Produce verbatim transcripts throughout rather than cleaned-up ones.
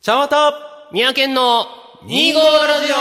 ちゃわた三宅県のに号ラジオ。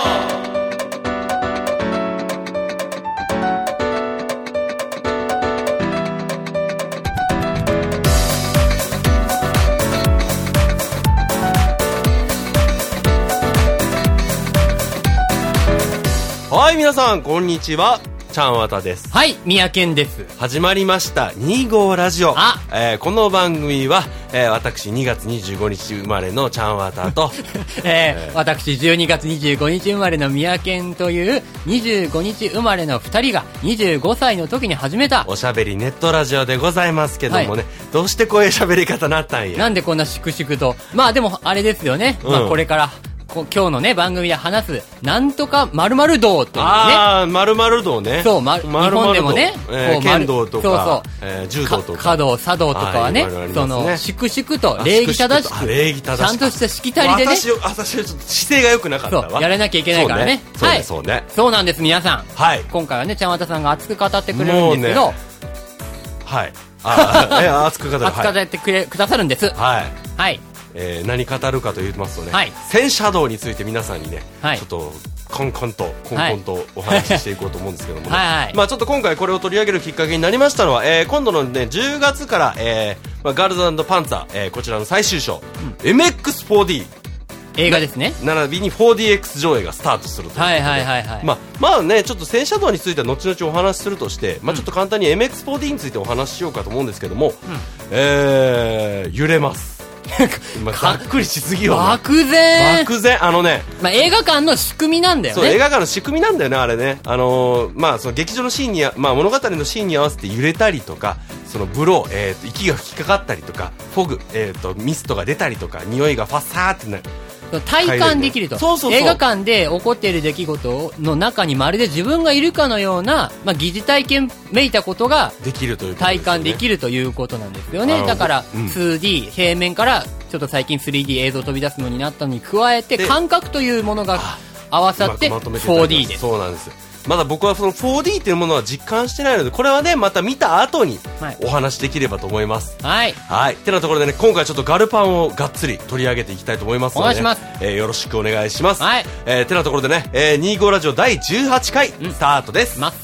はい、皆さんこんにちは、ちゃんわたです。 はい、三宅県です。 始まりましたに号ラジオ。 あ、 えー、この番組は、えー、私にがつにじゅうごにち生まれのちゃんわたと、 えーえー、私じゅうにがつにじゅうごにち生まれの三宅県というにじゅうごにち生まれのふたりがにじゅうごさいの時に始めたおしゃべりネットラジオでございますけどもね、はい、どうしてこういうしゃべり方なったんや。 なんでこんな粛々と。まあでもあれですよね、うん、まあこれから今日のね番組で話すなんとか〇〇道というね。 ああ、〇〇道ね。 そう、ま、日本でもね、 えー、剣道とか、 そうそう、 えー、柔道とか、 華道、茶道とかはね、ね、その粛々と礼儀正しく、 礼儀正しく、 ちゃんとしたしきたりでね。 私、私はちょっと姿勢が良くなかったわ。 そう、やらなきゃいけないからね。 そうね、はい、そうね、そうね。 そうなんです、皆さん。はい。今回はね、ちゃんわたさんが熱く語ってくれるんですけど、 ね、はい。あえ熱く語る。 熱く語ってくれ、くださるんです。はい。はい。 えー、何語るかと言いますとね、はい、戦車道について皆さんにね、はい、ちょっとコンコンとコンコンとお話ししていこうと思うんですけどもね、はいはい、まあちょっと今回これを取り上げるきっかけになりましたのは、えー、今度のねじゅうがつから、えーまあ、ガールズ&パンツァー、えー、こちらの最終章、うん、エムエックスフォーディー映画ですね。 並びに フォーディーエックス 上映がスタートするということで、はいはいはいはい、まあ、まあね、ちょっと戦車道については後々お話しするとして、まあ、ちょっと簡単に エムエックスフォーディー についてお話ししようかと思うんですけども、うん、えー、揺れますまあ、ざっくりしすぎよ、ね、 漠然漠然あのね、 まあ、映画館の仕組みなんだよね。 そう、映画館の仕組みなんだよね、あれね。あのー、まあその劇場のシーンに、まあ、物語のシーンに合わせて揺れたりとか、そのブロー、えー、と息が吹きかかったりとか、フォグ、えー、とミストが出たりとか、匂いがファッサーってなる、 体感できると。 そうそうそう、 映画館で起こっている出来事の中にまるで自分がいるかのような、まあ、疑似体験めいたことができるという、 体感できるということなんですよね。だから、うん、ツーディー 平面からちょっと最近 スリーディー 映像飛び出すのになったのに加えて、感覚というものが合わさって フォーディー です。 そうなんですよ。まだ僕はその フォーディー というものは実感してないので、これはねまた見た後にお話できればと思います。はい。はい。ってなところでね、今回ちょっとガルパンをがっつり取り上げていきたいと思いますので、ね、お願いします。えー、よろしくお願いします。はい。えー、ってなところでね、えー、に号ラジオだいじゅうはちかいスタートです。 ます。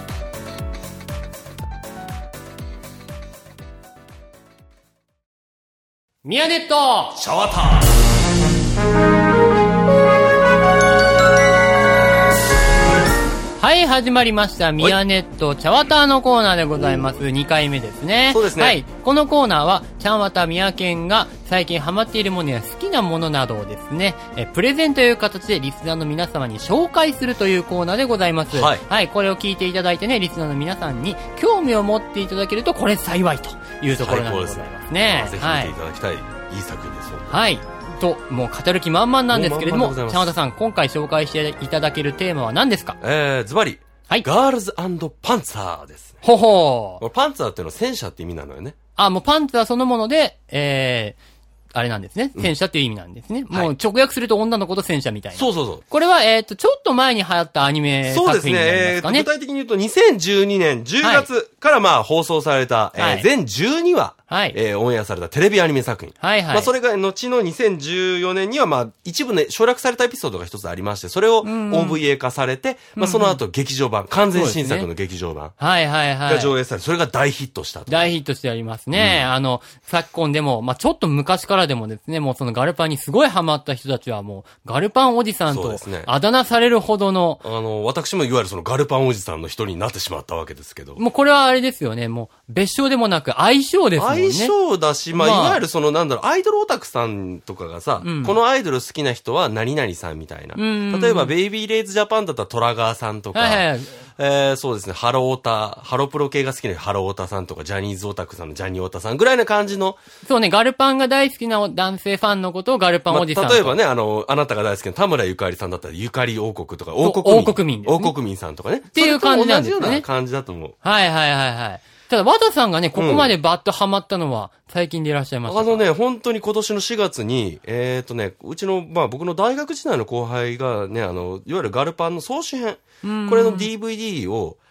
ミヤネットシャワタン。 はい、始まりました。ミヤネットチャワターのコーナーでございます。にかいめですね。 そうですね。 はい。このコーナーは、ちゃんわたみやけんが最近ハマっているものや好きなものなどをですね、えプレゼンという形でリスナーの皆様に紹介するというコーナーでございます。はい。はい。これを聞いていただいてね、リスナーの皆さんに興味を持っていただけると、これ幸いというところなんでございますね。 ぜひ見ていただきたい、はい、いい作品です。 はい。と、もう語る気満々なんですけれども、ちゃんわたさん、今回紹介していただけるテーマは何ですか？ えー、ズバリ。はい。ガールズ&パンツァーですね。 ほほー。 パンツァーっていうのは戦車って意味なのよね。 あ、もうパンツァーそのもので、えー、あれなんですね。戦車っていう意味なんですね。うん、もう直訳すると女の子と戦車みたいな。 そうそうそう。 これは、えっと、ちょっと前に流行ったアニメ作品になりますかね。そうですね。えー、 具体的に言うとにせんじゅうにねんじゅうがつからまあ放送された、はい、えー、全じゅうにわ、はい、えー、オンエアされたテレビアニメ作品。はいはい。まあそれが後のにせんじゅうよねんにはまあ一部ね、省略されたエピソードが一つありまして、それを オーブイエー 化されて、うんうん、まあその後劇場版、完全新作の劇場版。ね、はいはいはい。が上映され、それが大ヒットしたと。 大ヒットしてありますね。うん、あの、昨今でも、まあちょっと昔からでもですね、もうそのガルパンにすごいハマった人たちはもう、ガルパンおじさんと、あだ名されるほどの、 ね、あの、私もいわゆるそのガルパンおじさんの一人になってしまったわけですけど。 もうこれはあれですよね、もう別称でもなく相性ですもんね。 相性だし、まあ、まあ、いわゆるそのなんだろう、アイドルオタクさんとかがさ、うん、このアイドル好きな人は何々さんみたいな。例えば、ベイビーレイズジャパンだったらトラガーさんとか、はいはい、えー、そうですね、ハロオタ、ハロプロ系が好きなハロオタさんとか、ジャニーズオタクさんのジャニオタさんぐらいな感じの。 そうね、ガルパンが大好きな男性ファンのことをガルパンおじさんと、 まあ、例えばね、あの、あなたが大好きな田村ゆかりさんだったら、ゆかり王国とか、王国民。 王国民ですね。 王国民さんとかね。 っていう感じなんですね。 同じような感じだと思う。 はいはいはいはい。ただ、和田さんがね、ここまでバッとハマったのは、最近でいらっしゃいましたか？ あのね、本当に今年のしがつに、えっとね、うちの、まあ僕の大学時代の後輩がね、あの、いわゆるガルパンの総集編。これの ディーブイディー を、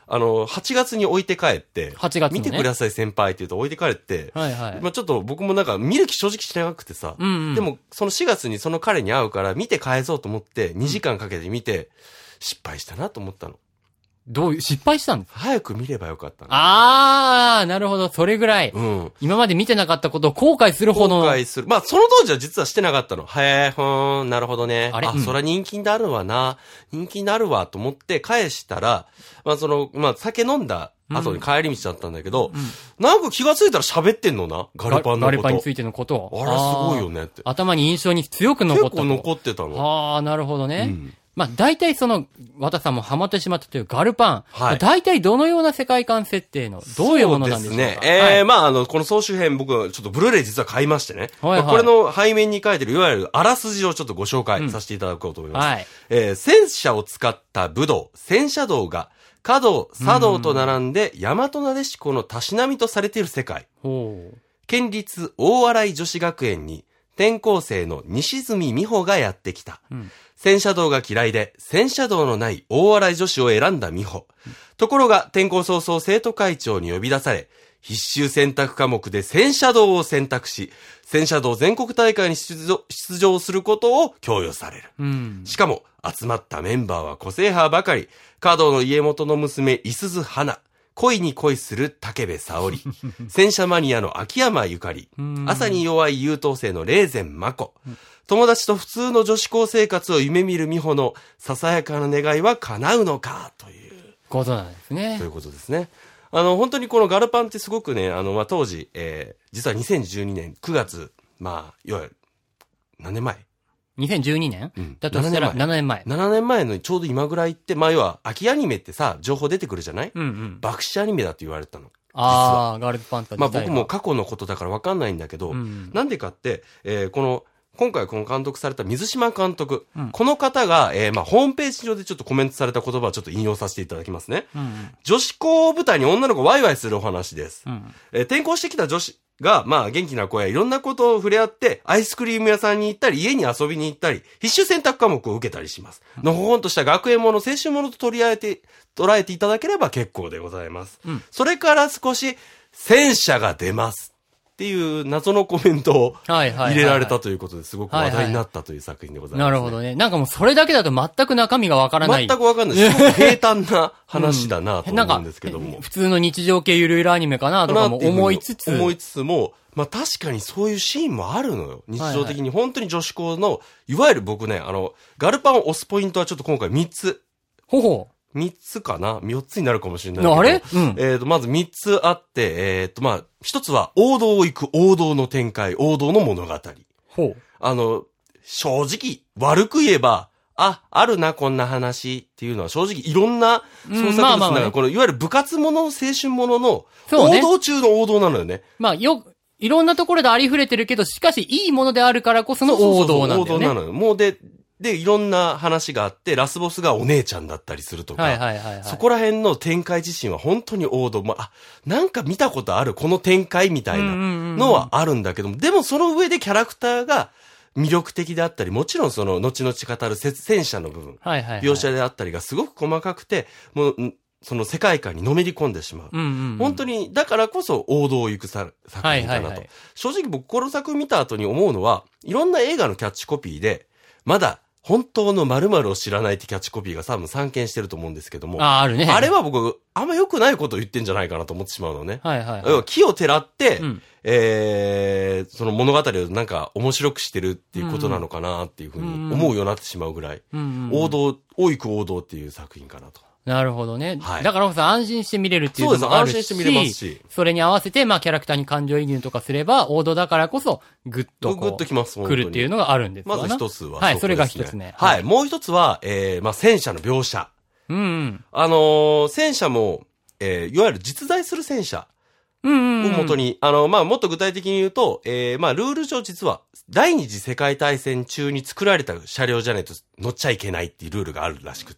あの、はちがつに置いて帰って、 はちがつに、 ね、見てください先輩って言うと置いて帰って、はいはい。まあちょっと僕もなんか見る気正直しなくてさ、うんうん、でもそのしがつにその彼に会うから見て返そうと思ってにじかんかけて見て、失敗したなと思ったの。 どういう、失敗したんですか？ 早く見ればよかったの。 あー、なるほど、それぐらい。うん。今まで見てなかったことを後悔するほど。 後悔する。まあ、その当時は実はしてなかったの。へー、ふーん、なるほどね。あれあ、うん、そら人気になるわな。人気になるわ、と思って返したら、まあ、その、まあ、酒飲んだ後に帰り道だったんだけど、うんうん、なんか気がついたら喋ってんのな。ガルパンのこと。ガルパンについてのことを。 あれすごいよねって。 頭に印象に強く残ったと。 結構残ってたの。 あー、なるほどね。うんまあ、大体その、綿さんもハマってしまったというガルパン。はい。大体どのような世界観設定の、どういうものなんでしょうか？そうですね。 えー、はい、まあ、あの、この総集編僕はちょっとブルーレイ実は買いましてね。はい、はいまあ、これの背面に書いてるいわゆるあらすじをちょっとご紹介させていただこうと思います。うん、はい。えー、戦車を使った武道、戦車道が、華道、茶道と並んで、大和なでしこのたしなみとされている世界。ほう。県立大洗女子学園に、転校生の西住美穂がやってきた。うん戦車道が嫌いで、戦車道のない大洗女子を選んだ美穂。ところが、転校早々生徒会長に呼び出され、必修選択科目で戦車道を選択し、戦車道全国大会に出場、出場することを強要される。うん、しかも、集まったメンバーは個性派ばかり、華道の家元の娘、いすず花。恋に恋する竹部沙織。戦車マニアの秋山ゆかり。朝に弱い優等生の霊前真子。友達と普通の女子高生活を夢見る美穂のささやかな願いは叶うのかということなんですね。 ということですね。あの本当にこのガルパンってすごくね、あのまあ当時、えー、実はにせんじゅうにねんくがつ、まあいわゆる何年前？ にせんじゅうにねん、うん、だとしたらななねんまえ。 ななねんまえのちょうど今ぐらいって、まあ要は秋アニメってさ情報出てくるじゃない？うんうん。爆死アニメだって言われたの。 ああ、ガールズパンタ自体は。 まあ僕も過去のことだから分かんないんだけど、うんうん、なんでかって、えー、この今回この監督された水島監督、うん、この方が、えー、まあホームページ上でちょっとコメントされた言葉をちょっと引用させていただきますね。うんうん、女子校を舞台に女の子ワイワイするお話です。うん、えー、転校してきた女子が、まあ元気な子やいろんなことを触れ合って、アイスクリーム屋さんに行ったり、家に遊びに行ったり、必修選択科目を受けたりします。のほほんとした学園もの、青春ものと取り上げて、捉えていただければ結構でございます。うん、それから少し、戦車が出ます。っていう謎のコメントを入れられたということですごく話題になったという作品でございます、ね。 なるほどね。なんかもうそれだけだと全く中身がわからない。 全くわかんない。すごく平坦な話だなと思うんですけども。 うん、普通の日常系ゆるゆるアニメかなとかも思いつつ。 思いつつも、まあ確かにそういうシーンもあるのよ。日常的に本当に女子校の、いわゆる僕ね、あの、ガルパンを押すポイントはちょっと今回みっつ。 ほほう。 三つかなよっつになるかもしれないけど。 あれうん。 えっと、まず三つあって、えっと、まあ、一つは王道を行く王道の展開、王道の物語。ほう。あの、正直、悪く言えば、あ、あるな、こんな話っていうのは正直いろんな創作物ながら、この、いわゆる部活もの、青春ものの、王道中の王道なのよね。 まあ、よ、いろんなところでありふれてるけど、しかしいいものであるからこその王道なんだよね。 王道なのよ。もうで、で、いろんな話があって、ラスボスがお姉ちゃんだったりするとか、はいはいはいはい、そこら辺の展開自身は本当に王道。まあ、なんか見たことある、この展開みたいなのはあるんだけども、うんうんうん、でもその上でキャラクターが魅力的であったり、もちろんその、後々語る戦車の部分、はいはいはい、描写であったりがすごく細かくて、もう、その世界観にのめり込んでしまう。うんうんうん、本当に、だからこそ王道を行く作品かなと、はいはいはい。正直僕この作品見た後に思うのは、いろんな映画のキャッチコピーで、まだ、本当の〇〇を知らないってキャッチコピーが多分散見してると思うんですけども。 あ、あるね。 あれは僕、あんま良くないことを言ってんじゃないかなと思ってしまうのね。はいはい、はい。要は木をてらって、うん、えー、その物語をなんか面白くしてるっていうことなのかなっていうふうに思うようになってしまうぐらい、うんうん、王道、王行く王道っていう作品かなと。 なるほどね。はい。だからこそ安心して見れるっていうのもあるし。そうです、安心して見れますし。それに合わせて、まあキャラクターに感情移入とかすれば、王道だからこそ、ぐっとこう。 ぐっときます、 来るっていうのがあるんですよ。 まず一つは、 はい、それが一つね。 はい、もう一つは、えー、まあ戦車の描写。うんうん。あのー、戦車も、えー、いわゆる実在する戦車。を元に、あの、まあ、もっと具体的に言うと、えー、まあ、ルール上実は、第二次世界大戦中に作られた車両じゃないと乗っちゃいけないっていうルールがあるらしくて。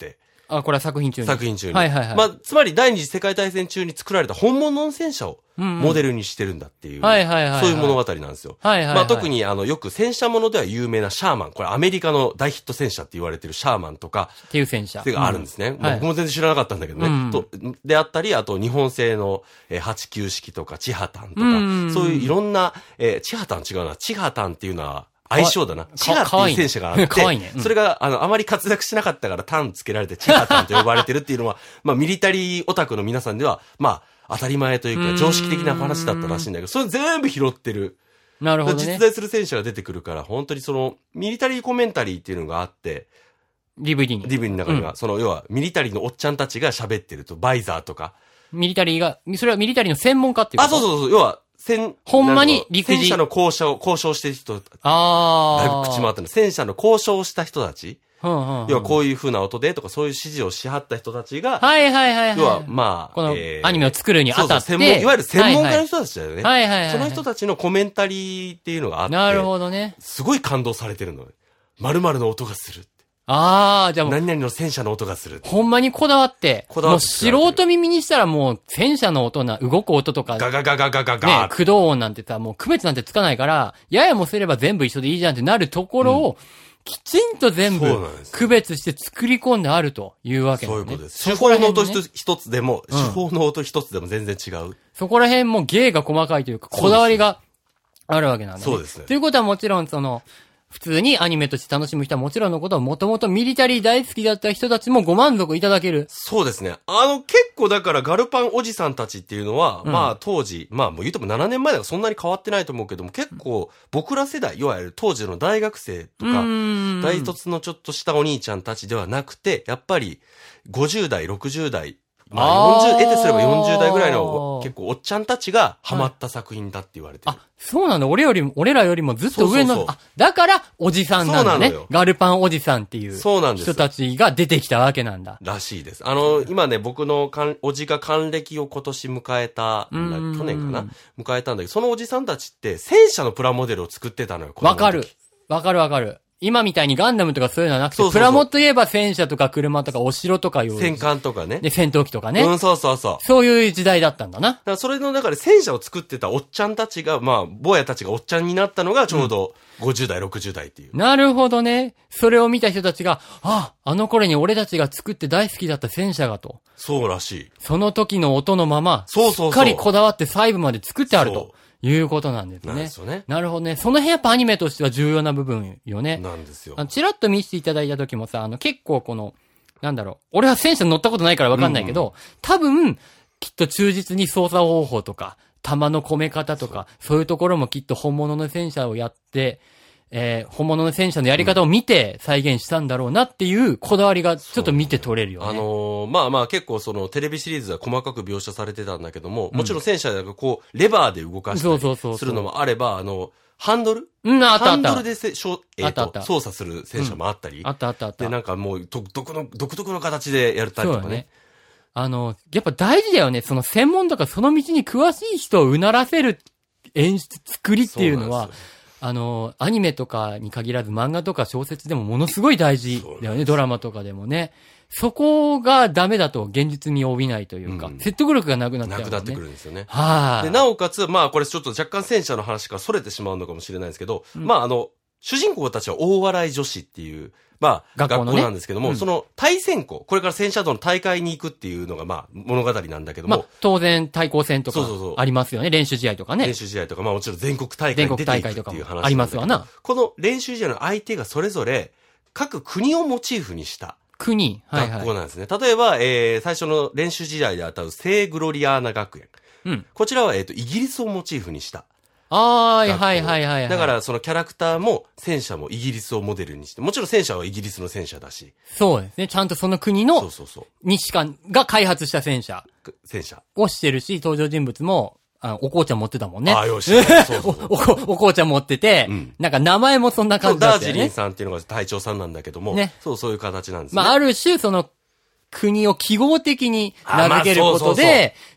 あ、これは作品中に。 作品中に。 はいはいはい。 まあ、つまり第二次世界大戦中に作られた本物の戦車をモデルにしてるんだっていう。はいはいはい。そういう物語なんですよ。はいはいはい。まあ特にあの、よく戦車ものでは有名なシャーマン。これアメリカの大ヒット戦車って言われてるシャーマンとか。 っていう戦車。 っていうのがあるんですね。うんまあ、僕も全然知らなかったんだけどね。うん、とであったり、あと日本製のはちきゅう式とか、チハタンとか、うん、そういういろんな、えー、チハタン違うな。チハタンっていうのは、相性だな。チハっていう戦車があって、かわいいね。うん、それが、あの、あまり活躍しなかったからタンつけられてチハタンと呼ばれてるっていうのは、まあ、ミリタリーオタクの皆さんでは、まあ、当たり前というか、常識的な話だったらしいんだけど、それ全部拾ってる。 なるほどね。 実在する戦車が出てくるから、本当にその、ミリタリーコメンタリーっていうのがあって、 ディーブイディー に。 ディーブイディー の中には、うん、その、要は、ミリタリーのおっちゃんたちが喋ってると、バイザーとか。 ミリタリーが、それはミリタリーの専門家っていうこと？ あ、そうそうそう、要は、戦、 ほんまに陸自。 戦車の交渉、交渉してる人、 ああ。 だいぶ口回ってる。戦車の交渉した人たち。 うんうんうん、 要はこういう風な音でとかそういう指示をしはった人たちが。 はいはいはい、はい。 要はまあ。 このアニメを作るにあたって。そうそう、 専門、いわゆる専門家の人たちだよね。 はいはいはいはい。 その人たちのコメンタリーっていうのがあって。 なるほどね。 すごい感動されてるの。〇〇の音がする。 ああ、じゃあもう。 何々の戦車の音がする。 ほんまにこだわって。こだわって。もう素人耳にしたらもう戦車の音な、動く音とか。 ガガガガガガガ。 ね、駆動音なんてさ、もう区別なんてつかないから、ややもすれば全部一緒でいいじゃんってなるところを、うん、きちんと全部、区別して作り込んであるというわけですね。 そういうことです。手法の音一つでも、手法の音一つでも全然違う。 そこら辺も芸が細かいというか、こだわりがあるわけなんだね。 そうですね。 ということはもちろんその、普通にアニメとして楽しむ人はもちろんのことは、もともとミリタリー大好きだった人たちもご満足いただける。 そうですね。あの、結構だからガルパンおじさんたちっていうのは、うん、まあ当時、まあもう言うてもななねんまえだからそんなに変わってないと思うけども、結構僕ら世代、いわゆる当時の大学生とか、大卒のちょっとしたお兄ちゃんたちではなくて、やっぱりごじゅう代、ろくじゅう代、まあ、よんじゅう、得てすればよんじゅう代ぐらいの結構おっちゃんたちがハマった作品だって言われてる。 あ、そうなんだ。俺よりも、俺らよりもずっと上の、そうそうそう、あ、だからおじさんなんだね。ガルパンおじさんっていう人たちが出てきたわけなんだ。 らしいです。あの、今ね、僕のかんおじが還暦を今年迎えた、去年かな迎えたんだけど、そのおじさんたちって戦車のプラモデルを作ってたのよ。 わかる。わかるわかる。今みたいにガンダムとかそういうのはなくて、そうそうそう、プラモといえば戦車とか車とかお城とかいう。 戦艦とかね。 で、戦闘機とかね。 うん、そうそうそう。 そういう時代だったんだな。だからそれの中で戦車を作ってたおっちゃんたちが、まあ、坊やたちがおっちゃんになったのがちょうどごじゅう代、ろくじゅう代っていう。 なるほどね。それを見た人たちが、あ、あの頃に俺たちが作って大好きだった戦車がと。 そうらしい。 その時の音のまま、そうそうそう。しっかりこだわって細部まで作ってあると。いうことなんですね。なんですよね。なるほどね。その辺やっぱアニメとしては重要な部分よね。 なんですよ。 あのチラッと見せていただいた時もさ、あの結構この、なんだろう。俺は戦車乗ったことないからわかんないけど、うんうん、多分、きっと忠実に操作方法とか、弾の込め方とか、そう、そういうところもきっと本物の戦車をやって、えー、本物の戦車のやり方を見て再現したんだろうなっていうこだわりがちょっと見て取れるよね。 あのー、まあまあ結構そのテレビシリーズは細かく描写されてたんだけども、もちろん戦車でこうレバーで動かしたりするのもあれば、あの、ハンドルうん、あったあった。 ハンドルでせ、しょえー、とあったあった操作する戦車もあったり、 うん。あったあったあった。 で、なんかもう独特の、独特の形でやるたりとかね。 あの、やっぱ大事だよね。その専門とかその道に詳しい人をうならせる演出、作りっていうのは、あの、アニメとかに限らず漫画とか小説でもものすごい大事だよね。ドラマとかでもね。そこがダメだと現実味を帯びないというか、うん、説得力がなくなっちゃう、ね。なくなってくるんですよね。 はい、あ。 で、なおかつ、まあこれちょっと若干戦車の話から逸れてしまうのかもしれないですけど、うん、まああの、主人公たちは大笑い女子っていう、まあ、学校、ね、学校なんですけども、うん、その対戦校、これから戦車道の大会に行くっていうのが、まあ、物語なんだけども。まあ、 当然、対抗戦とか、ありますよね。練習試合とかね。 練習試合とか、まあもちろん全国大会に出ていくっていう話。 ありますわな。 この練習試合の相手がそれぞれ、各国をモチーフにした。 国、 はいはい。学校なんですね。例えば、えー、最初の練習試合で当たる聖グロリアーナ学園。うん。こちらは、えっと、イギリスをモチーフにした。 ああ、はいはいはいはい。 だからそのキャラクターも戦車もイギリスをモデルにして、もちろん戦車はイギリスの戦車だし。 そうですね。ちゃんとその国の、 そうそうそう。 日韓が開発した戦車。 戦車。 をしてるし、登場人物も、あの、お紅茶持ってたもんね。 ああ、よし。そうそうお、お、お紅茶持ってて、うん、なんか名前もそんな感じだったよね。 ダージリンさんっていうのが隊長さんなんだけども、ね。そう、そういう形なんですね。 まあ、ある種、その、国を記号的に名付けることで、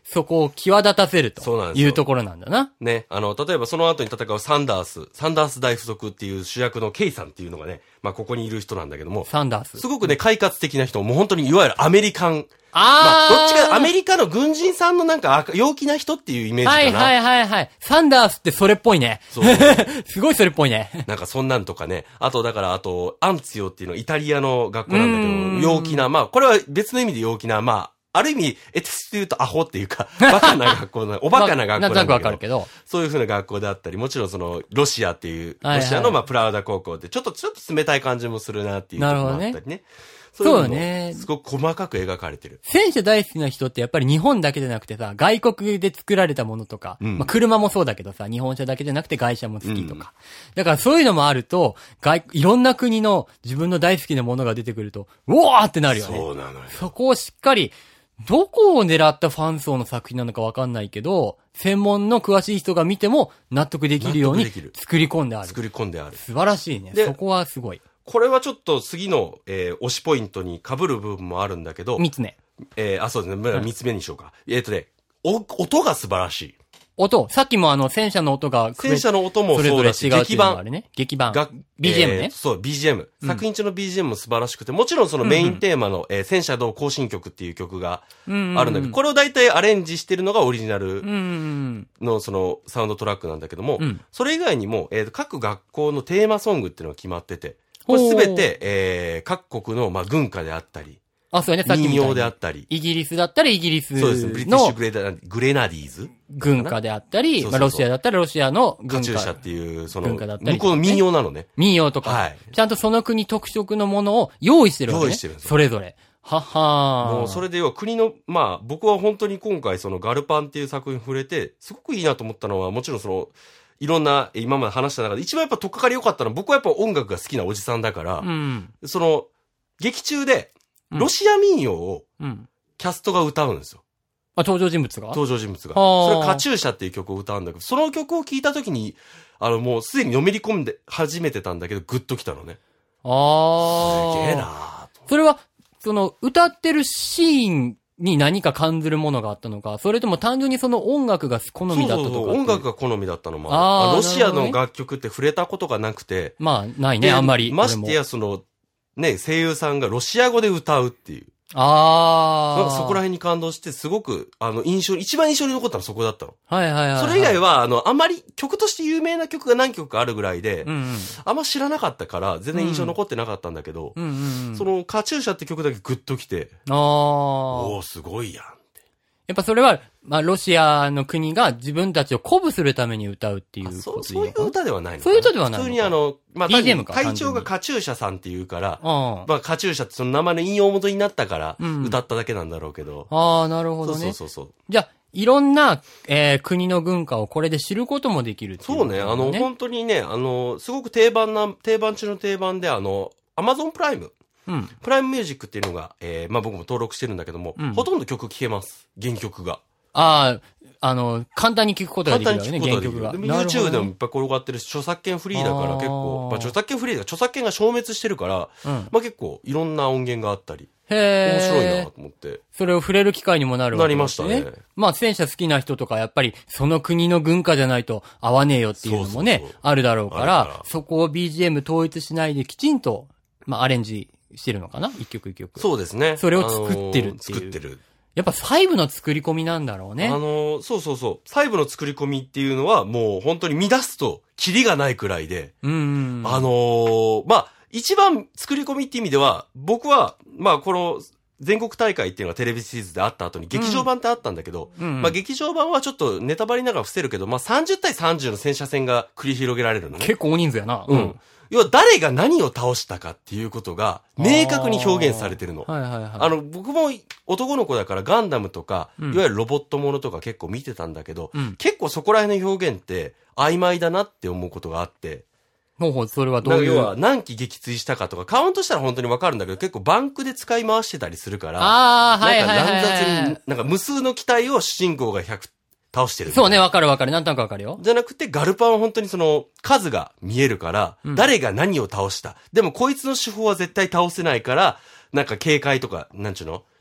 そこを際立たせるというところなんだな。 ね。あの、例えばその後に戦うサンダース、サンダース大不足っていう主役のケイさんっていうのがね、まあここにいる人なんだけども。 サンダース。 すごくね、快活的な人、もう本当にいわゆるアメリカン。 ああ。まあ、どっちかアメリカの軍人さんのなんか陽気な人っていうイメージかな。 はいはいはいはい。サンダースってそれっぽいね。そうそうすごいそれっぽいね。 なんかそんなんとかね。あとだからあと、アンツヨっていうのイタリアの学校なんだけど、陽気な、まあこれは別の意味で陽気な、まあ、ある意味、エテスというとアホっていうか、バカな学校の、おバカな学校なんだけど、なんとなくわかるけど、そういう風な学校であったり、もちろんその、ロシアっていう、ロシアのまあプラウダ高校って、ちょっと、ちょっと冷たい感じもするなっていうのもあったりね。ねそうよね。 すごく細かく描かれてる。 戦車大好きな人ってやっぱり日本だけじゃなくてさ、外国で作られたものとか、うん、まあ車もそうだけどさ、日本車だけじゃなくて外車も好きとか。うん、だからそういうのもあると、外、いろんな国の自分の大好きなものが出てくると、うわーってなるよね。 そうなのよ。 そこをしっかり、どこを狙ったファン層の作品なのかわかんないけど、専門の詳しい人が見ても納得できるように作り込んである。 作り込んである。 素晴らしいね。そこはすごい。 これはちょっと次の、えー、推しポイントに被る部分もあるんだけど。 三つ目。 えー、あ、そうですね。三つ目にしようか。えっとね、お、音が素晴らしい。 音さっきもあの、戦車の音が、 戦車の音もそうだし、 劇版。あれね。劇版。ビージーエム ね、 えー。そう、ビージーエム。うん、作品中の ビージーエム も素晴らしくて、もちろんそのメインテーマの、うんうん、えー、戦車道行進曲っていう曲があるんだけど、うんうん、これを大体アレンジしてるのがオリジナルのそのサウンドトラックなんだけども、うん、それ以外にも、えー、各学校のテーマソングっていうのが決まってて、これすべて、えー、各国の、まあ、軍歌であったり、 あ、そうね、さっき民謡であったり。 イギリスだったらイギリスの。 そうです。ブリティッシュグレナグレナディーズ軍歌であったり、そうそうそうまあロシアだったらロシアの軍歌。 カチューシャっていう、その、 軍歌だったり、ね、 向こうの民謡なのね。 民謡とか。はい。ちゃんとその国特色のものを用意してるわけね。用意してるんです。それぞれ。ははー。 もうそれでは国の、まあ僕は本当に今回そのガルパンっていう作品に触れて、すごくいいなと思ったのは、もちろんその、いろんな、今まで話した中で一番やっぱ取っかかり良かったのは、僕はやっぱ音楽が好きなおじさんだから、うん、その、劇中で、ロシア民謡を、キャストが歌うんですよ。 あ、登場人物が登場人物が。それカチューシャっていう曲を歌うんだけど、その曲を聴いたときに、あの、もうすでにのめり込んで始めてたんだけど、グッときたのね。 ああ。 すげえなーと。 それは、その、歌ってるシーンに何か感じるものがあったのか、それとも単純にその音楽が好みだったとか。そうそうそう、 音楽が好みだったのもある。あロシアの楽曲って触れたことがなくて。 まあ、ないね、あんまり。 ましてや、その、ね、声優さんがロシア語で歌うっていう。 ああ。そこら辺に感動して、すごく、あの、印象、一番印象に残ったのはそこだったの。 はいはいはい、はい。 それ以外は、あの、あんまり曲として有名な曲が何曲かあるぐらいで、うんうん、あんま知らなかったから、全然印象残ってなかったんだけど、うんうんうん、その、カチューシャって曲だけグッときて、 ああ。 おー、すごいやん。 やっぱそれは、まあ、ロシアの国が自分たちを鼓舞するために歌うっていうことそう、そういう歌ではないのかな。 そういう歌ではないのか。 普通にあの、まあ、 ビージーエム か。 隊長がカチューシャさんって言うから、まあ、カチューシャってその名前の引用元になったから、歌っただけなんだろうけど。 うん、ああ、なるほどね。 そうそうそうそう。 じゃあ、いろんな、えー、国の文化をこれで知ることもできるっていう、ね。 そうね。あの、本当にね、あの、すごく定番な、定番中の定番で、あの、アマゾンプライム。うん。プライムミュージックっていうのが、えー、まあ僕も登録してるんだけども、うん、ほとんど曲聴けます。原曲が。 ああ、あの、簡単に聞くことができるわけね、原曲が。 YouTube でもいっぱい転がってるし、著作権フリーだから結構、まあ著作権フリーだから著作権が消滅してるから、うん、まあ結構いろんな音源があったり。 へ面白いなと思って。 それを触れる機会にもなるわけですね。なりましたね。まあ戦車好きな人とか、やっぱりその国の文化じゃないと合わねえよっていうのもね、そうそうそうあるだろうから、からそこを ビージーエム 統一しないできちんと、まあアレンジしてるのかな一曲一曲。 そうですね。 それを作ってるっていう。あのー、 作ってる。 やっぱ細部の作り込みなんだろうね。 あのー、そうそうそう。細部の作り込みっていうのはもう本当に乱すとキリがないくらいで。 うんうんうん。 あのー、まあ、一番作り込みって意味では、僕は、まあこの全国大会っていうのがテレビシリーズであった後に劇場版ってあったんだけど、うんうん、まあ劇場版はちょっとネタバレながら伏せるけど、まあさんじゅうたいさんじゅうの戦車戦が繰り広げられるのね。 結構大人数やな。 うん。うん要は誰が何を倒したかっていうことが明確に表現されてるの。 はいはいはい。 あの、僕も男の子だからガンダムとか、うん、いわゆるロボットものとか結構見てたんだけど、うん、結構そこら辺の表現って曖昧だなって思うことがあって。 ほうほう、それはどういう。 要は何機撃墜したかとか、カウントしたら本当にわかるんだけど、結構バンクで使い回してたりするから、 ああ、はいはいはい、はい。 なんか乱雑に、なんか無数の機体を主人公がひゃく倒してる。 そうね、わかるわかる。なんとなくわかるよ。 じゃなくて、ガルパンは本当にその、数が見えるから、うん、誰が何を倒した。でも、こいつの手法は絶対倒せないから、なんか警戒とか、なんちゅうの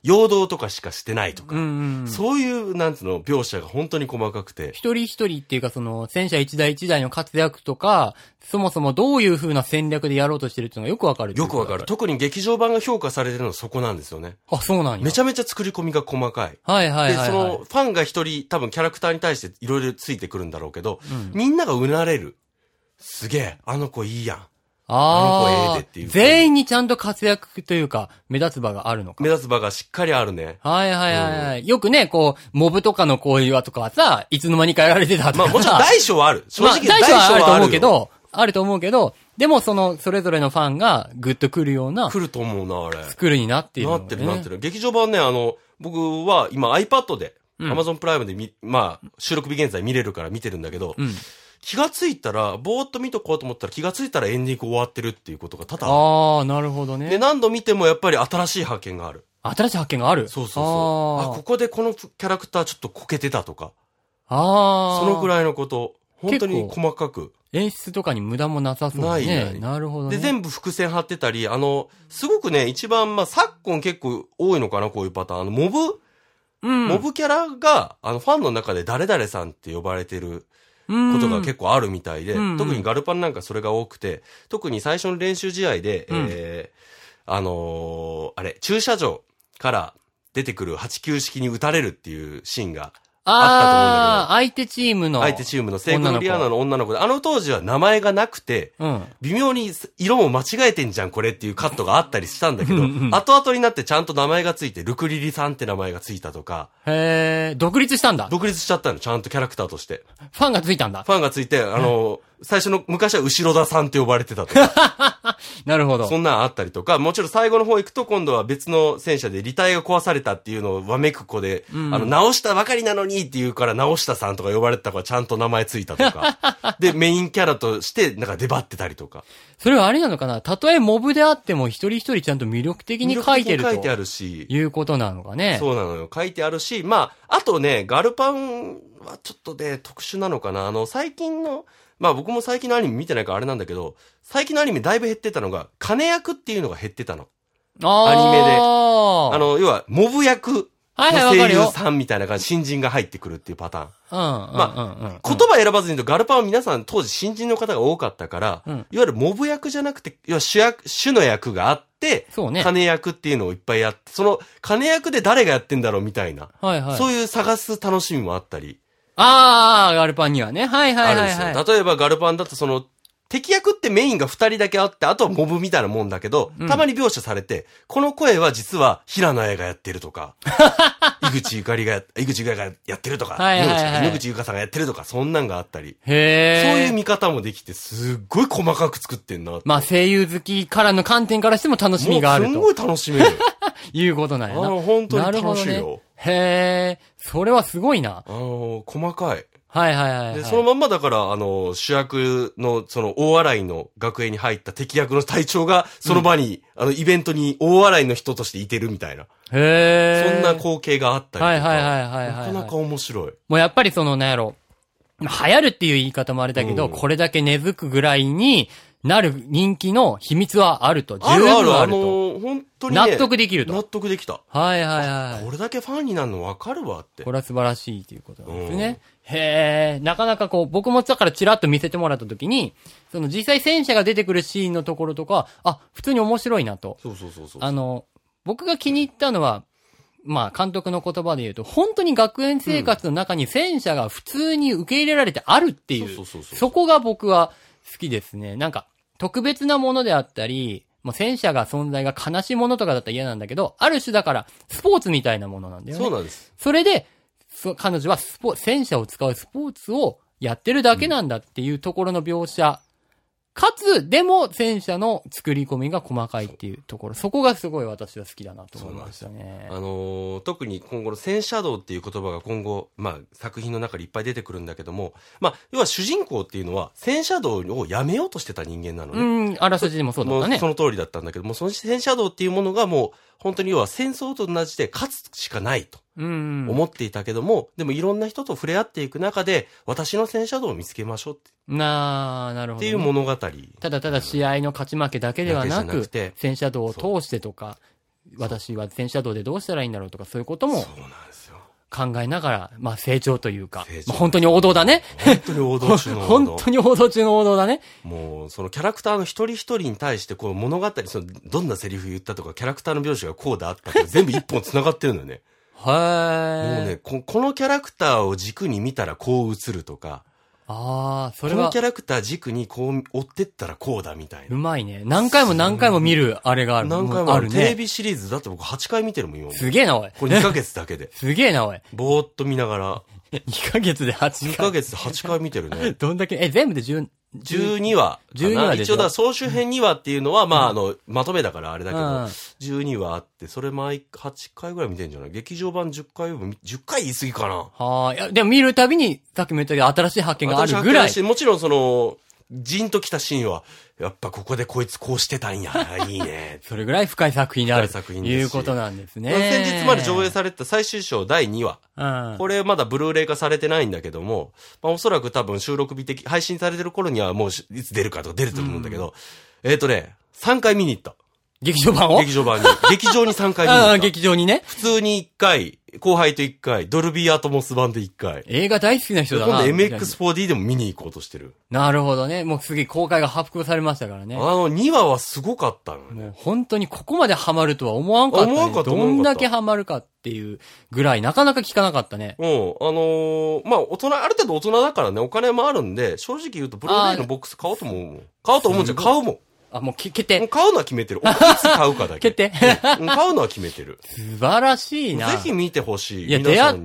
陽動とかしかしてないとか、うんうん、そういう、なんつうの、描写が本当に細かくて。 一人一人っていうか、その、戦車一台一台の活躍とか、そもそもどういう風な戦略でやろうとしてるっていうのがよくわかる。 よくわかる。特に劇場版が評価されてるのはそこなんですよね。 あ、そうなんや。 めちゃめちゃ作り込みが細かい。 はいはいはい、はい。 で、その、ファンが一人、多分キャラクターに対していろいろついてくるんだろうけど、うん、みんながうなれる。すげえ、あの子いいやん。ああの子ええでっていう。全員にちゃんと活躍というか、目立つ場があるのか。 目立つ場がしっかりあるね。 はいはいはいはい。うん、よくね、こう、モブとかの行為はとかはさ、いつの間にかやられてたとか。 まあもちろん大小はある。正直、 まあ、大小はあると思うけど、あると思うけど、でもその、それぞれのファンがグッと来るような。 来ると思うな、あれ。 作るになっている、ね。 なってるなってる。劇場版ね、あの、僕は今 iPad で、うん、Amazon プライムでみ、まあ、収録日現在見れるから見てるんだけど、うん、気がついたら、ぼーっと見とこうと思ったら気がついたらエンディング終わってるっていうことが多々ある。 ああ、なるほどね。 で、何度見てもやっぱり新しい発見がある。 新しい発見がある？ そうそうそう。あ、ここでこのキャラクターちょっとこけてたとか。 ああ。 そのくらいのこと、本当に細かく。 演出とかに無駄もなさそうね。ないない。なるほどね。 で、全部伏線張ってたり、あの、すごくね、一番、まあ、昨今結構多いのかな、こういうパターン。あの、モブ、うん、モブキャラが、あの、ファンの中で誰々さんって呼ばれてることが結構あるみたいで、うんうん、特にガルパンなんかそれが多くて、特に最初の練習試合で、うん、えー、あのー、あれ、駐車場から出てくるはちきゅう式に撃たれるっていうシーンが、あったと思うんだけど。ああ、 相手チームの。 相手チームのセイクリアナの女の子で、あの当時は名前がなくて、うん、微妙に色も間違えてんじゃんこれっていうカットがあったりしたんだけど、後々になってちゃんと名前がついて、ルクリリさんって名前がついたとか。 へー、独立したんだ。 独立しちゃったの、ちゃんとキャラクターとして。 ファンがついたんだ。 ファンがついて、あの、最初の、昔は後ろ田さんって呼ばれてたとか。 なるほど。 そんなんあったりとか、もちろん最後の方行くと今度は別の戦車で履帯が壊されたっていうのをわめく子で、うん、あの、直したばかりなのにって言うから直したさんとか呼ばれてた子はちゃんと名前ついたとか。で、メインキャラとしてなんか出張ってたりとか。 それはあれなのかな？たとえモブであっても一人一人ちゃんと魅力的に書いてると。 書いてあるし。 いうことなのかね。 そうなのよ。書いてあるし、まあ、あとね、ガルパンはちょっとね、特殊なのかな。あの、最近の、まあ僕も最近のアニメ見てないからあれなんだけど、最近のアニメだいぶ減ってたのが、金役っていうのが減ってたの。アニメで。あの、要は、モブ役の声優さんみたいな感じ、新人が入ってくるっていうパターン。 うんうんうんうん、 まあ、言葉選ばずに言うと、ガルパンは皆さん当時新人の方が多かったから、うん、いわゆるモブ役じゃなくて、要は主役、主の役があって、そうね、金役っていうのをいっぱいやって、その金役で誰がやってんだろうみたいな、はいはい、そういう探す楽しみもあったり。 ああ、ガルパンにはね。はいはいはい、はい。あるんですよ。例えばガルパンだとその、敵役ってメインが二人だけあって、あとはモブみたいなもんだけど、うん、たまに描写されて、この声は実は平野綾がやってるとか、井口ゆかりが、井口ゆかりがやってるとか、はいはいはい、井口ゆかさんがやってるとか、そんなんがあったり。へー。そういう見方もできて、すっごい細かく作ってんな。 まあ声優好きからの観点からしても楽しみがあると。 すごい楽しめる。 いうことなんやな。 あの、本当に楽しいよ。 ね、へー。それはすごいな。 あの、細かい。 はいはいはい、はい。 で、そのまんまだから、あの、主役の、その、大洗の学園に入った敵役の隊長が、その場に、うん、あの、イベントに大洗の人としていてるみたいな。 へー。 そんな光景があったりとか。 はいはいはいはい、はい。 なかなか面白い。 もうやっぱりその、なんやろ。流行るっていう言い方もあれだけど、うん、これだけ根付くぐらいになる人気の秘密はあると。十分あると。あるある、あのー、本当に、ね、納得できると。 納得できた。 はいはいはい。 これだけファンになるの分かるわって。 これは素晴らしいということなんですね。うん、へー。なかなかこう、僕もだからチラッと見せてもらったときに、その実際戦車が出てくるシーンのところとか、あ、普通に面白いなと。 そうそうそうそう。 あの、僕が気に入ったのは、まあ、監督の言葉で言うと、本当に学園生活の中に戦車が普通に受け入れられてあるっていう、そうそうそうそう、そこが僕は好きですね。なんか、特別なものであったり、もう戦車が存在が悲しいものとかだったら嫌なんだけど、ある種だから、スポーツみたいなものなんだよね。 そうなんです。 それで、そ彼女はスポ、戦車を使うスポーツをやってるだけなんだっていうところの描写、かつ、でも、戦車の作り込みが細かいっていうところ、そこがすごい私は好きだなと思いましたね。 あのー、特に今後の戦車道っていう言葉が今後、まあ、作品の中でいっぱい出てくるんだけども、まあ、要は主人公っていうのは、戦車道をやめようとしてた人間なのね。 うん、あらすじでもそうだったね。 その通りだったんだけども、その戦車道っていうものがもう、本当に要は戦争と同じで勝つしかないと思っていたけども、でもいろんな人と触れ合っていく中で、私の戦車道を見つけましょうって。 なあ、なるほど、 ね。っていう物語。 ただただ試合の勝ち負けだけではなく、戦車道を通してとか、 私は戦車道でどうしたらいいんだろうとか、そういうことも。 そうなんですよ。 考えながら、まあ成長というか、まあ、本当に王道だね。 本当に王道中の王道。 本当に王道中の王道だね。 もう、そのキャラクターの一人一人に対して、こう物語、その、どんなセリフ言ったとか、キャラクターの描写がこうだったって、全部一本繋がってるのよね。 はい。 もうねこ、このキャラクターを軸に見たらこう映るとか、 ああ、それは。 このキャラクター軸にこう追ってったらこうだみたいな。 うまいね。何回も何回も見るあれがある。 何回もあるね。テレビシリーズだって僕はちかい見てるもん今。 すげえなおい。 これにかげつだけで。 すげえなおい。 ぼーっと見ながら。 にかげつではちかい。 にかげつではちかい見てるね。 どんだけ、え、全部でじゅう、 じゅうにわ。 じゅうにわでしょ。 一応だ、総集編にわっていうのは、まあ、あの、まとめだからあれだけど、じゅうにわあって、それ毎はちかいぐらい見てんじゃない？劇場版じゅっかいも、じゅっかい言い過ぎかな。 はあ、いや、でも見るたびに、さっきも言ったけど、新しい発見があるぐらい。 もちろんその、ジンときたシーンは、やっぱここでこいつこうしてたんや。いいね。 それぐらい深い作品である。作品です。いうことなんですね。 先日まで上映された最終章だいにわ。うん、これまだブルーレイ化されてないんだけども、まあおそらく多分収録日的、配信されてる頃にはもういつ出るかとか出ると思うんだけど、うん、えっとね、さんかい見に行った。 劇場版を劇場版に。劇場にさんかい見に行った。 ああ、劇場にね。 普通にいっかい、後輩といっかい、ドルビーアトモス版でいっかい。 映画大好きな人だな。 今度 エムエックスフォーディー でも見に行こうとしてる。 なるほどね。もうすげえ公開が発表されましたからね。あのにわはすごかったのね。 もう本当にここまでハマるとは思わんかったね。思わんかった。どんだけハマるかっていうぐらい、なかなか聞かなかったね。 うん。あのー、まあ、大人、ある程度大人だからね、お金もあるんで、正直言うとブルーレイのボックス買おうと思うもん。買おうと思うんじゃん。買うもん。 あ、もう決定。 買うのは決めてる。いつ買うかだけ。 決定。 うん、買うのは決めてる。 素晴らしいな。 ぜひ見てほしい。 いや、出会って、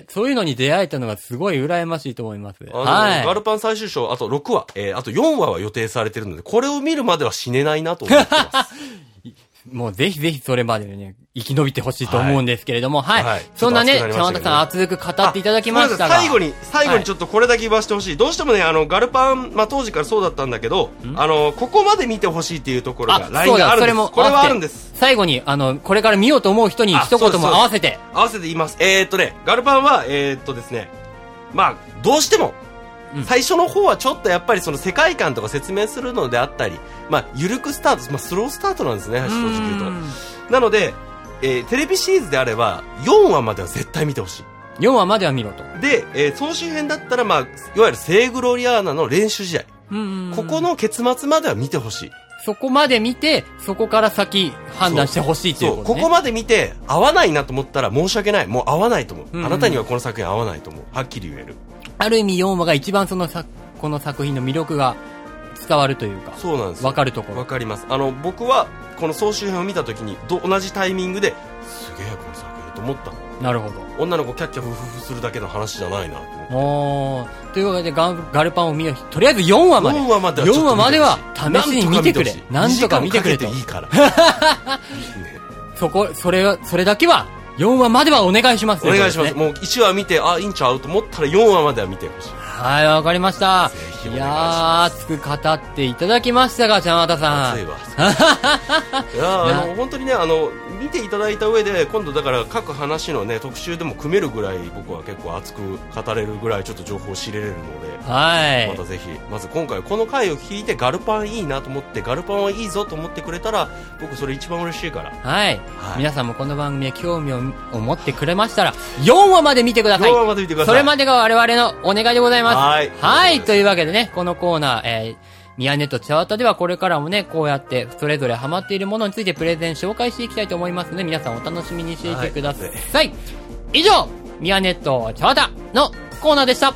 そういうのに出会えたのがすごい羨ましいと思います。 はい。ガルパン最終章、あとろくわ、えー、あとよんわは予定されてるので、これを見るまでは死ねないなと思ってます。 もうぜひぜひそれまでね、生き延びてほしいと思うんですけれども、はい。はい、そんなね、茶俣さん熱く語っていただきましたが。 最後に、最後にちょっとこれだけ言わせてほしい。はい、どうしてもね、あの、ガルパン、まあ、当時からそうだったんだけど、あの、ここまで見てほしいっていうところが、ラインがあるんです。それもこれはあるんです。 最後に、あの、これから見ようと思う人に一言も合わせて。 合わせて言います。えーっとね、ガルパンは、えーっとですね、まあ、どうしても、最初の方はちょっとやっぱりその世界観とか説明するのであったり、まあ、緩くスタート、まあ、スロースタートなんですね、正直言うと。なので、えー、テレビシリーズであれば、よんわまでは絶対見てほしい。 よんわまでは見ろと。 で、えー、総集編だったら、まあ、いわゆる聖グロリアーナの練習試合。ここの結末までは見てほしい。 そこまで見て、そこから先判断してほしいっていうことね。 そう、ここまで見て、合わないなと思ったら申し訳ない。もう合わないと思う。うんうん、あなたにはこの作品合わないと思う。はっきり言える。 ある意味よんわが一番そのさ、この作品の魅力が伝わるというか。 そうなんですよ。 わかるところ。 わかります。あの、僕は、この総集編を見たときに、同じタイミングで、すげえこの作品と思ったの。 なるほど。 女の子キャッキャフフフするだけの話じゃないなと思って。というわけでガ、ガルパンを見よう。とりあえずよんわまで。 よんわまではよんわまでは試しに見てくれ。なんとか見てくれと。 いいから。 そこ、それは、それだけは、よんわまではお願いします、 ね。お願いします。もういちわ見て、あ、いいんちゃうと思ったらよんわまでは見てほしい。 はい、わかりました。いやー、熱く語っていただきましたが、茶俣さん。 熱いわ。いやー、あの、本当にね、あの、見ていただいた上で、今度だから各話のね、特集でも組めるぐらい、僕は結構熱く語れるぐらいちょっと情報を知れれるので、 はい。 またぜひ、まず今回この回を聞いてガルパンいいなと思って、ガルパンはいいぞと思ってくれたら、僕それ一番嬉しいから。 はい。はい、皆さんもこの番組へ興味を持ってくれましたら、よんわまで見てください。 よんわまで見てください。 それまでが我々のお願いでございます。 はい。 はい。というわけでね、このコーナー、えー、宮根と茶綿ではこれからもね、こうやってそれぞれハマっているものについてプレゼン紹介していきたいと思いますので、皆さんお楽しみにしていてください。はい、以上、宮根と茶綿のコーナーでした。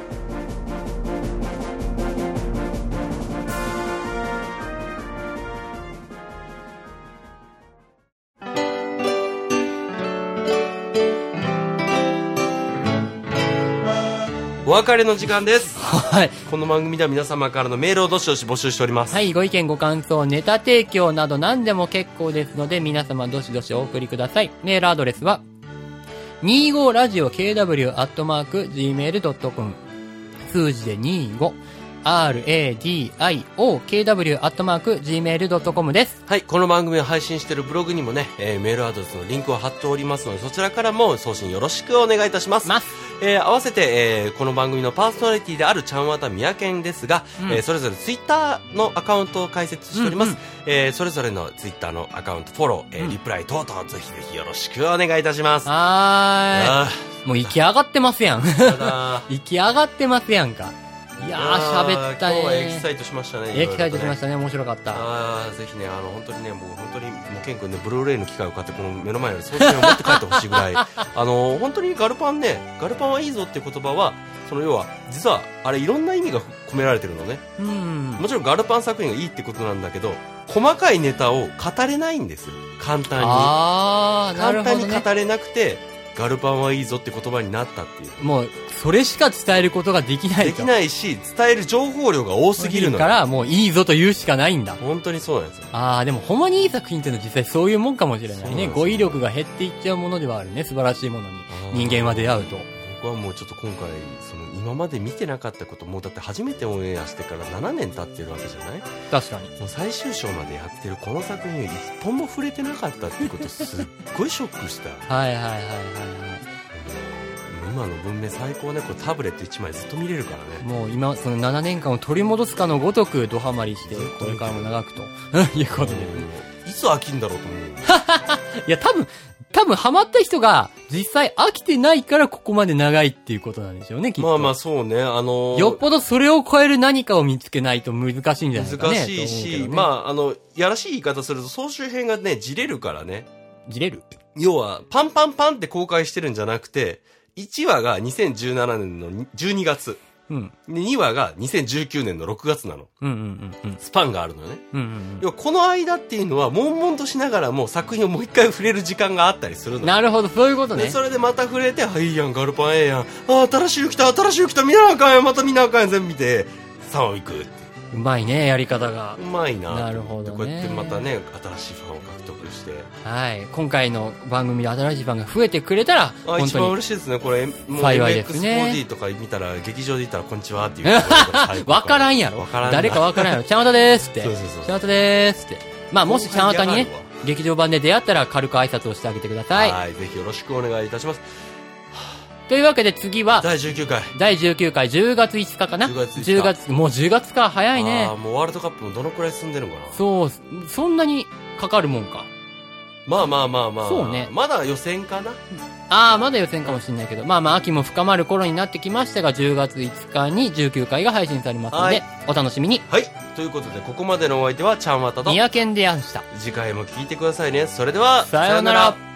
お別れの時間です。 はい。 この番組では皆様からのメールをどしどし募集しております。 はい。ご意見ご感想、ネタ提供など何でも結構ですので、皆様どしどしお送りください。メールアドレスは、にじゅうごラジオケーダブリュー アットマーク ジーメール ドットコム 数字でにじゅうご アール エー ディー アイ オー ケーダブリュー アットマーク ジーメール ドットコム です。 はい。この番組を配信しているブログにもね、えー、メールアドレスのリンクを貼っておりますので、そちらからも送信よろしくお願いいたします。 ますえー、合わせて、えー、この番組のパーソナリティであるちゃんわたみやけんですが、うん、えー、それぞれツイッターのアカウントを開設しております。うんうん、えー、それぞれのツイッターのアカウントフォロー、えー、リプライ等々ぜひぜひよろしくお願いいたします。 はーい。もう行き上がってますやん。行き上がってますやんか。いやー、喋ったねー。 今日はエキサイトしましたね。 エキサイトしましたね。面白かった。 あー、ぜひね、あの、本当にね、もう本当に、もうケン君ね、ブルーレイの機械を買って、この目の前より送信を持って帰ってほしいぐらい、あの、本当にガルパンね、ガルパンはいいぞっていう言葉は、その要は、実は、あれいろんな意味が込められてるのね。うん。もちろんガルパン作品がいいってことなんだけど、細かいネタを語れないんですよ。簡単に。 あー、なるほどね。 簡単に語れなくて、ガルパンはいいぞって言葉になったっていう。 もう、それしか伝えることができないと。 できないし、伝える情報量が多すぎるのから、もういいぞと言うしかないんだ。 本当にそうなんですよ。 ああ、でもほんまにいい作品っていうのは実際そういうもんかもしれないね。語彙力が減っていっちゃうものではあるね。素晴らしいものに。人間は出会うと。 僕はもうちょっと今回、その今まで見てなかったこと、もうだって初めてオンエアしてからななねん経ってるわけじゃない？ 確かに。 もう最終章までやってるこの作品を一本も触れてなかったっていうことすっごいショックした。 はいはいはいはいはい。 今の文明最高ね。これタブレットいちまいずっと見れるからね。 もう今そのななねんかんを取り戻すかのごとくドハマりして、これからも長くということで、ね、 いつ飽きんだろうと思う。 いや多分多分ハマった人が実際飽きてないからここまで長いっていうことなんでしょうね、きっと。 まあまあそうね。あのー、 よっぽどそれを超える何かを見つけないと難しいんじゃないかね。 難しいし、ね、まああのやらしい言い方すると総集編がねじれるからね。 じれる？ 要はパンパンパンって公開してるんじゃなくて。いちわがにせんじゅうななねんのじゅうにがつ。うん。にわがにせんじゅうきゅうねんのろくがつなの。うんうんうんうん。スパンがあるのよね。うんうんうん。要はこの間っていうのは、悶々としながらも作品をもう一回触れる時間があったりするの。 なるほど、そういうことね。 で、それでまた触れて、あ、いいやん、ガルパンええやん。あ、新しい来た、新しい来た、見なあかんやん、また見なあかんやん、全部見て、さんわ行くって。 うまいね、やり方が。 うまいな。 なるほどね。 こうやってまたね、新しいファンを獲得して。 はい。今回の番組で新しいファンが増えてくれたら、 あ、一番嬉しいですね。これ、もう幸いですね。 エムエックスフォーディー とか見たら、劇場で言ったら、こんにちはっていう。 わからんやろ。誰かわからんやろ。ちゃんわたでーすって。そうそうそう。ちゃんわたでーすって。まあ、もしちゃんわたにね、劇場版で出会ったら軽く挨拶をしてあげてください。 はい。ぜひよろしくお願いいたします。 というわけで次は、 だいじゅうきゅうかい。 だいじゅうきゅうかい、じゅうがついつかかな。じゅうがついつか。じゅうがつ、もうじゅうがつか、早いね。 ああ、もうワールドカップもどのくらい進んでるのかな。 そう、そんなにかかるもんか。 まあまあまあまあ。 そうね。 まだ予選かな。 ああ、まだ予選かもしれないけど。まあまあ、秋も深まる頃になってきましたが、じゅうがついつかにじゅうきゅうかいが配信されますので、はい、お楽しみに。 はい。ということで、ここまでのお相手は、ちゃんわたと、 三宅でやんした。 次回も聞いてくださいね。それでは、 さようなら。